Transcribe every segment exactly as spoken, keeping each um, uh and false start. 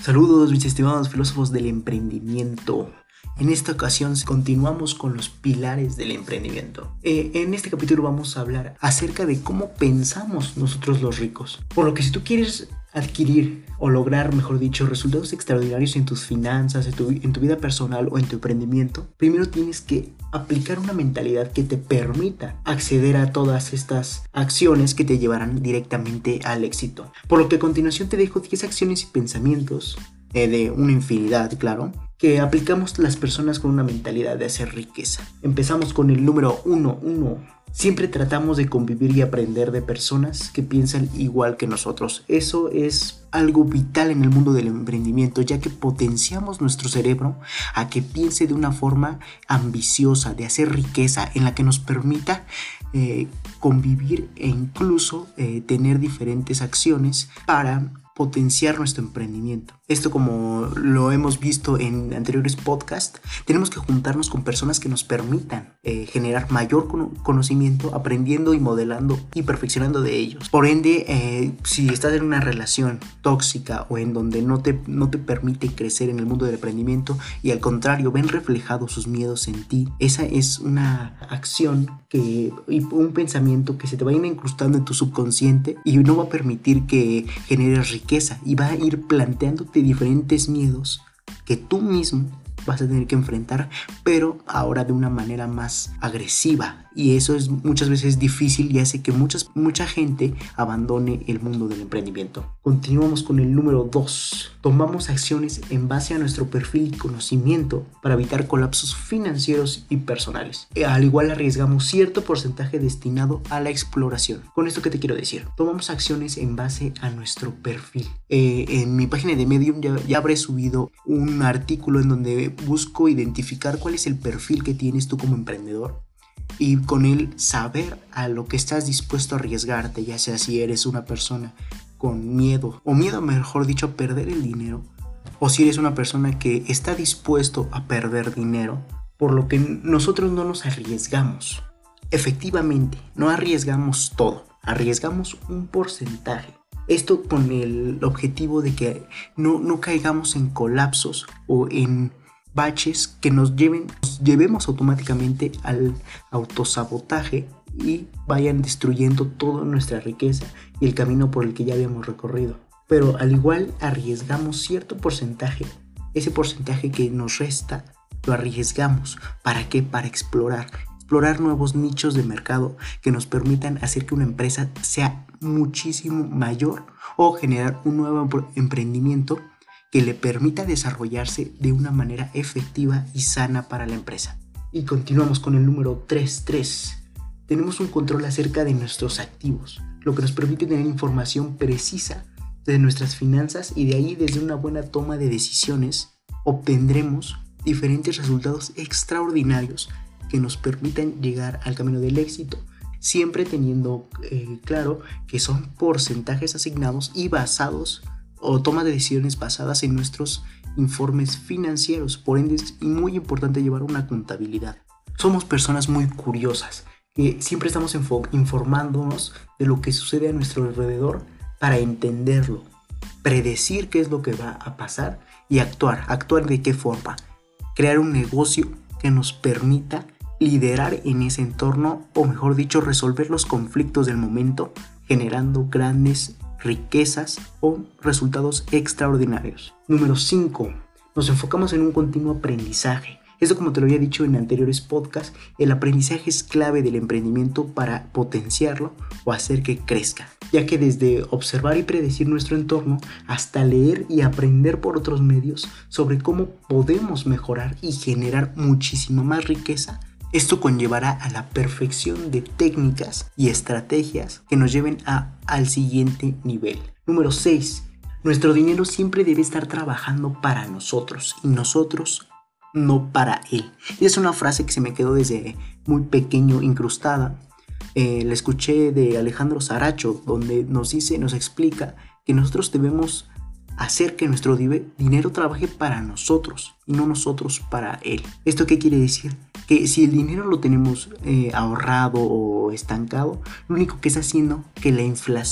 Saludos mis estimados filósofos del emprendimiento. En esta ocasión continuamos con los pilares del emprendimiento. Eh, en este capítulo vamos a hablar acerca de cómo pensamos nosotros los ricos. Por lo que si tú quieres adquirir o lograr, mejor dicho, resultados extraordinarios en tus finanzas, en tu, en tu vida personal o en tu emprendimiento, primero tienes que aplicar una mentalidad que te permita acceder a todas estas acciones que te llevarán directamente al éxito. Por lo que a continuación te dejo diez acciones y pensamientos eh, de una infinidad, claro, que aplicamos las personas con una mentalidad de hacer riqueza. Empezamos con el número uno, uno. Siempre tratamos de convivir y aprender de personas que piensan igual que nosotros. Eso es algo vital en el mundo del emprendimiento, ya que potenciamos nuestro cerebro a que piense de una forma ambiciosa, de hacer riqueza, en la que nos permita eh, convivir e incluso eh, tener diferentes acciones para potenciar nuestro emprendimiento. Esto, como lo hemos visto en anteriores podcasts, tenemos que juntarnos con personas que nos permitan eh, generar mayor conocimiento, aprendiendo y modelando y perfeccionando de ellos. Por ende, eh, si estás en una relación tóxica o en donde no te, no te permite crecer en el mundo del emprendimiento y al contrario ven reflejados sus miedos en ti, esa es una acción que, y un pensamiento que se te va a ir incrustando en tu subconsciente y no va a permitir que generes riqueza y va a ir planteándote diferentes miedos que tú mismo vas a tener que enfrentar, pero ahora de una manera más agresiva, y eso es muchas veces difícil y hace que muchas, mucha gente abandone el mundo del emprendimiento. Continuamos con el número dos. Tomamos acciones en base a nuestro perfil y conocimiento para evitar colapsos financieros y personales. Al igual arriesgamos cierto porcentaje destinado a la exploración. ¿Con esto qué te quiero decir? Tomamos acciones en base a nuestro perfil. Eh, en mi página de Medium ya, ya habré subido un artículo en donde busco identificar cuál es el perfil que tienes tú como emprendedor y con él saber a lo que estás dispuesto a arriesgarte, ya sea si eres una persona con miedo o miedo mejor dicho a perder el dinero, o si eres una persona que está dispuesto a perder dinero, por lo que nosotros no nos arriesgamos. Efectivamente, no arriesgamos todo, arriesgamos un porcentaje. Esto con el objetivo de que no, no caigamos en colapsos o en baches que nos lleven, nos llevemos automáticamente al autosabotaje y vayan destruyendo toda nuestra riqueza y el camino por el que ya habíamos recorrido. Pero al igual arriesgamos cierto porcentaje, ese porcentaje que nos resta lo arriesgamos. ¿Para qué? Para explorar, explorar nuevos nichos de mercado que nos permitan hacer que una empresa sea muchísimo mayor o generar un nuevo emprendimiento que le permita desarrollarse de una manera efectiva y sana para la empresa. Y continuamos con el número tres tres. Tenemos un control acerca de nuestros activos, lo que nos permite tener información precisa de nuestras finanzas, y de ahí, desde una buena toma de decisiones, obtendremos diferentes resultados extraordinarios que nos permitan llegar al camino del éxito, siempre teniendo eh, claro que son porcentajes asignados y basados o toma de decisiones basadas en nuestros informes financieros. Por ende es muy importante llevar una contabilidad. Somos personas muy curiosas que siempre estamos info- informándonos de lo que sucede a nuestro alrededor para entenderlo, predecir qué es lo que va a pasar y actuar. ¿Actuar de qué forma? Crear un negocio que nos permita liderar en ese entorno, o mejor dicho, resolver los conflictos del momento, generando grandes riquezas o resultados extraordinarios. Número cinco. Nos enfocamos en un continuo aprendizaje. Esto, como te lo había dicho en anteriores podcasts, el aprendizaje es clave del emprendimiento para potenciarlo o hacer que crezca, ya que desde observar y predecir nuestro entorno hasta leer y aprender por otros medios sobre cómo podemos mejorar y generar muchísimo más riqueza, esto conllevará a la perfección de técnicas y estrategias que nos lleven a, al siguiente nivel. Número seis. Nuestro dinero siempre debe estar trabajando para nosotros y nosotros no para él. Y es una frase que se me quedó desde muy pequeño incrustada. Eh, la escuché de Alejandro Saracho, donde nos dice, nos explica que nosotros debemos hacer que nuestro di- dinero trabaje para nosotros y no nosotros para él. ¿Esto qué quiere decir? Que si el dinero lo tenemos eh, ahorrado o estancado, lo único que está haciendo que la inflación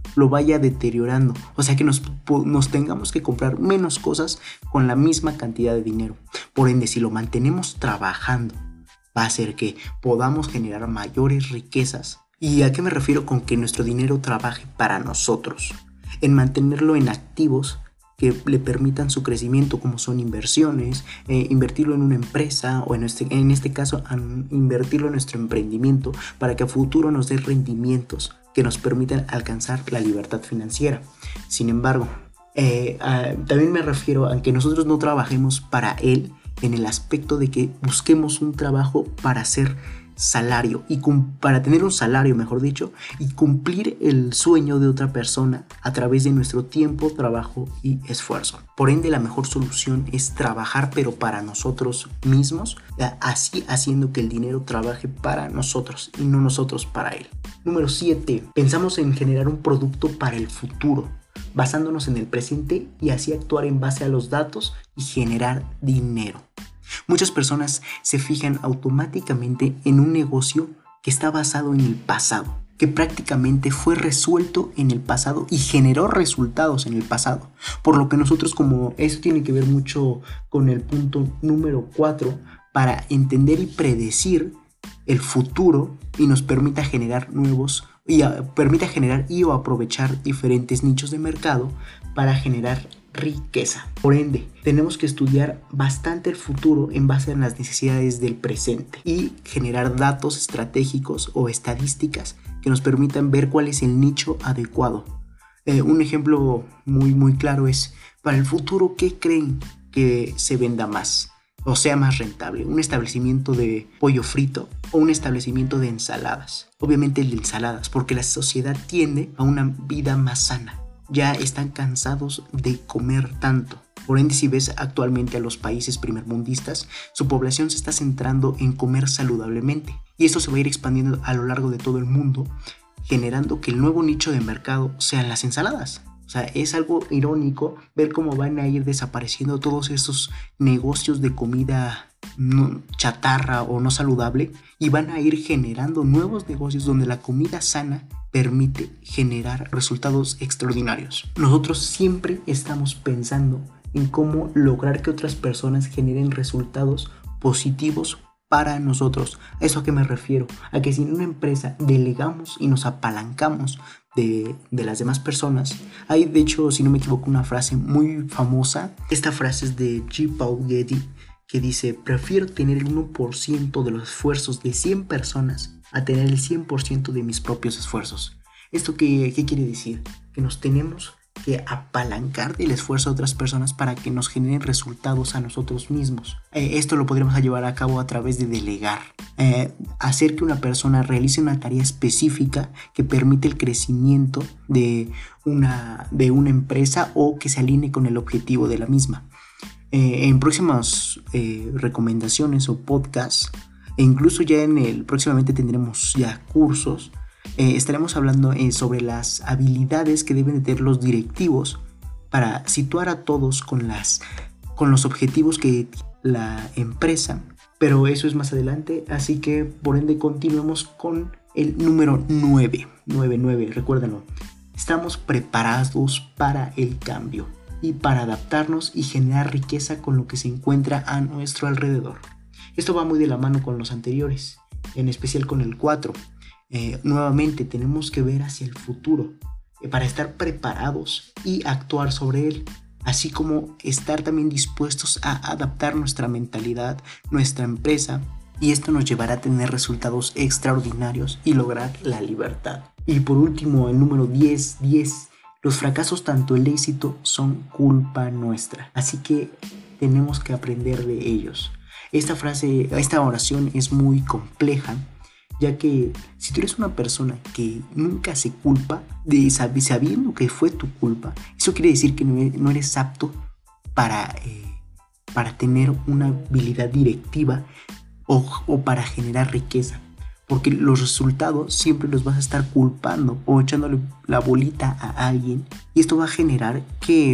lo vaya deteriorando, o sea que nos, nos tengamos que comprar menos cosas con la misma cantidad de dinero. Por ende, si lo mantenemos trabajando, va a hacer que podamos generar mayores riquezas. ¿Y a qué me refiero con que nuestro dinero trabaje para nosotros? En mantenerlo en activos que le permitan su crecimiento, como son inversiones, eh, invertirlo en una empresa o en este, en este caso invertirlo en nuestro emprendimiento para que a futuro nos dé rendimientos que nos permitan alcanzar la libertad financiera. Sin embargo, eh, a, también me refiero a que nosotros no trabajemos para él en el aspecto de que busquemos un trabajo para hacer salario y para tener un salario, mejor dicho, y cumplir el sueño de otra persona a través de nuestro tiempo, trabajo y esfuerzo. Por ende, la mejor solución es trabajar, pero para nosotros mismos, así haciendo que el dinero trabaje para nosotros y no nosotros para él. Número siete. Pensamos en generar un producto para el futuro, basándonos en el presente y así actuar en base a los datos y generar dinero. Muchas personas se fijan automáticamente en un negocio que está basado en el pasado, que prácticamente fue resuelto en el pasado y generó resultados en el pasado. Por lo que nosotros, como eso tiene que ver mucho con el punto número cuatro, para entender y predecir el futuro y nos permita generar nuevos y a, permita generar y o aprovechar diferentes nichos de mercado para generar riqueza. Por ende, tenemos que estudiar bastante el futuro en base a las necesidades del presente y generar datos estratégicos o estadísticas que nos permitan ver cuál es el nicho adecuado. Eh, un ejemplo muy muy claro es, para el futuro, ¿qué creen que se venda más o sea más rentable? ¿Un establecimiento de pollo frito o un establecimiento de ensaladas? Obviamente el de ensaladas, porque la sociedad tiende a una vida más sana. Ya están cansados de comer tanto. Por ende, si ves actualmente a los países primermundistas, su población se está centrando en comer saludablemente. Y esto se va a ir expandiendo a lo largo de todo el mundo, generando que el nuevo nicho de mercado sean las ensaladas. O sea, es algo irónico ver cómo van a ir desapareciendo todos esos negocios de comida no, chatarra o no saludable, y van a ir generando nuevos negocios donde la comida sana permite generar resultados extraordinarios. Nosotros siempre estamos pensando en cómo lograr que otras personas generen resultados positivos para nosotros. ¿A eso a qué me refiero? A que si en una empresa delegamos y nos apalancamos de, de las demás personas, hay de hecho, si no me equivoco, una frase muy famosa. Esta frase es de G. Paul Getty, que dice: prefiero tener el uno por ciento de los esfuerzos de cien personas a tener el cien por ciento de mis propios esfuerzos. ¿Esto qué, qué quiere decir? Que nos tenemos que apalancar del esfuerzo de otras personas para que nos generen resultados a nosotros mismos. Eh, esto lo podríamos llevar a cabo a través de delegar. Eh, hacer que una persona realice una tarea específica que permite el crecimiento de una, de una empresa o que se alinee con el objetivo de la misma. Eh, en próximas eh, recomendaciones o podcasts, e incluso ya en el próximamente tendremos ya cursos, eh, estaremos hablando eh, sobre las habilidades que deben de tener los directivos para situar a todos con, las, con los objetivos que la empresa. Pero eso es más adelante, así que por ende continuemos con el número nueve. nueve, nueve, recuérdenlo. Estamos preparados para el cambio y para adaptarnos y generar riqueza con lo que se encuentra a nuestro alrededor. Esto va muy de la mano con los anteriores, en especial con el cuatro. Eh, nuevamente tenemos que ver hacia el futuro eh, para estar preparados y actuar sobre él, así como estar también dispuestos a adaptar nuestra mentalidad, nuestra empresa, y esto nos llevará a tener resultados extraordinarios y lograr la libertad. Y por último, el número diez, diez. Los fracasos, tanto el éxito, son culpa nuestra, así que tenemos que aprender de ellos. Esta frase, esta oración es muy compleja, ya que si tú eres una persona que nunca se culpa, de sabiendo que fue tu culpa, eso quiere decir que no eres apto para, eh, para tener una habilidad directiva o, o para generar riqueza. Porque los resultados siempre los vas a estar culpando o echándole la bolita a alguien. Y esto va a generar que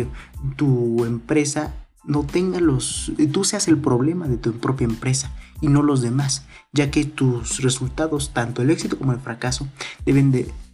tu empresa no tenga los... Tú seas el problema de tu propia empresa y no los demás. Ya que tus resultados, tanto el éxito como el fracaso, deben de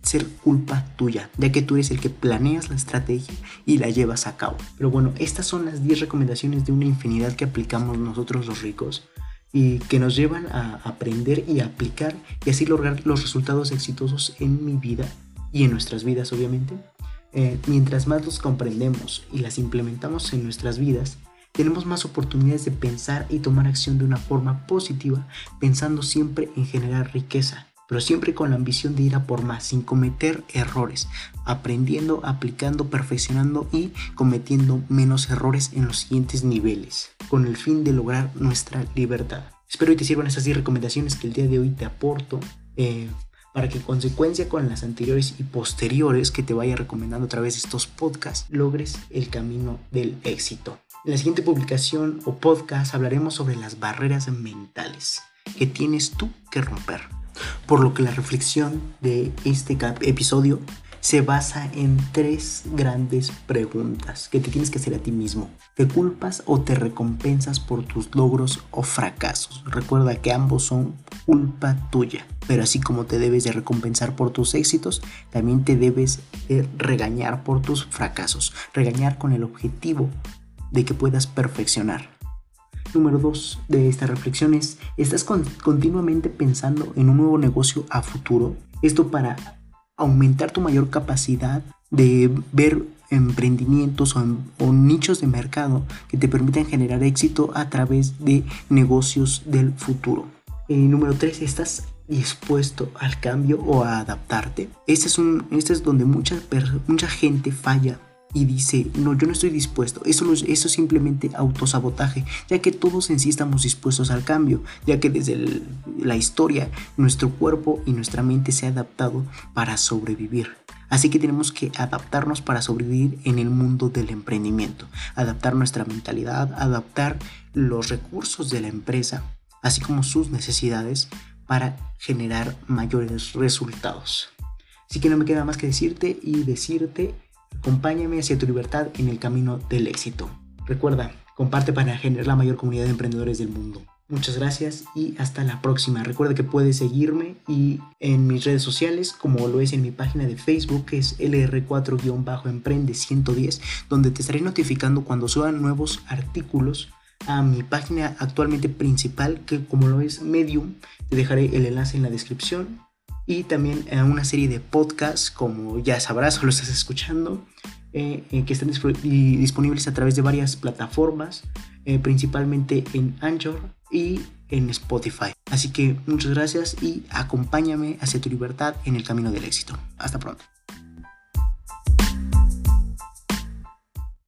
ser culpa tuya, ya que tú eres el que planeas la estrategia y la llevas a cabo. Pero bueno, estas son las diez recomendaciones de una infinidad que aplicamos nosotros los ricos y que nos llevan a aprender y a aplicar y así lograr los resultados exitosos en mi vida y en nuestras vidas, obviamente. Eh, mientras más los comprendemos y las implementamos en nuestras vidas, tenemos más oportunidades de pensar y tomar acción de una forma positiva, pensando siempre en generar riqueza, pero siempre con la ambición de ir a por más, sin cometer errores, aprendiendo, aplicando, perfeccionando y cometiendo menos errores en los siguientes niveles, con el fin de lograr nuestra libertad. Espero que te sirvan estas diez recomendaciones que el día de hoy te aporto, eh, para que en consecuencia con las anteriores y posteriores que te vaya recomendando a través de estos podcasts, logres el camino del éxito. En la siguiente publicación o podcast hablaremos sobre las barreras mentales que tienes tú que romper. Por lo que la reflexión de este episodio se basa en tres grandes preguntas que te tienes que hacer a ti mismo. ¿Te culpas o te recompensas por tus logros o fracasos? Recuerda que ambos son culpa tuya, pero así como te debes de recompensar por tus éxitos, también te debes de regañar por tus fracasos. Regañar con el objetivo de que puedas perfeccionar. Número dos de esta reflexión es: ¿estás con, continuamente pensando en un nuevo negocio a futuro? Esto para aumentar tu mayor capacidad de ver emprendimientos o, o nichos de mercado que te permitan generar éxito a través de negocios del futuro. Eh, número tres, ¿estás dispuesto al cambio o a adaptarte? Este es, un, este es donde mucha, mucha gente falla y dice: no, yo no estoy dispuesto. Eso, eso es simplemente autosabotaje, ya que todos en sí estamos dispuestos al cambio, ya que desde el, la historia nuestro cuerpo y nuestra mente se ha adaptado para sobrevivir. Así que tenemos que adaptarnos para sobrevivir en el mundo del emprendimiento, adaptar nuestra mentalidad, adaptar los recursos de la empresa, así como sus necesidades para generar mayores resultados. Así que no me queda más que decirte y decirte: acompáñame hacia tu libertad en el camino del éxito. Recuerda, comparte para generar la mayor comunidad de emprendedores del mundo. Muchas gracias y hasta la próxima. Recuerda que puedes seguirme y en mis redes sociales, como lo es en mi página de Facebook, que es L R cuatro Emprende ciento diez, donde te estaré notificando cuando suban nuevos artículos a mi página actualmente principal, que como lo es Medium. Te dejaré el enlace en la descripción. Y también a una serie de podcasts, como ya sabrás o lo estás escuchando, eh, eh, que están disp- disponibles a través de varias plataformas, eh, principalmente en Anchor y en Spotify. Así que muchas gracias y acompáñame hacia tu libertad en el camino del éxito. Hasta pronto.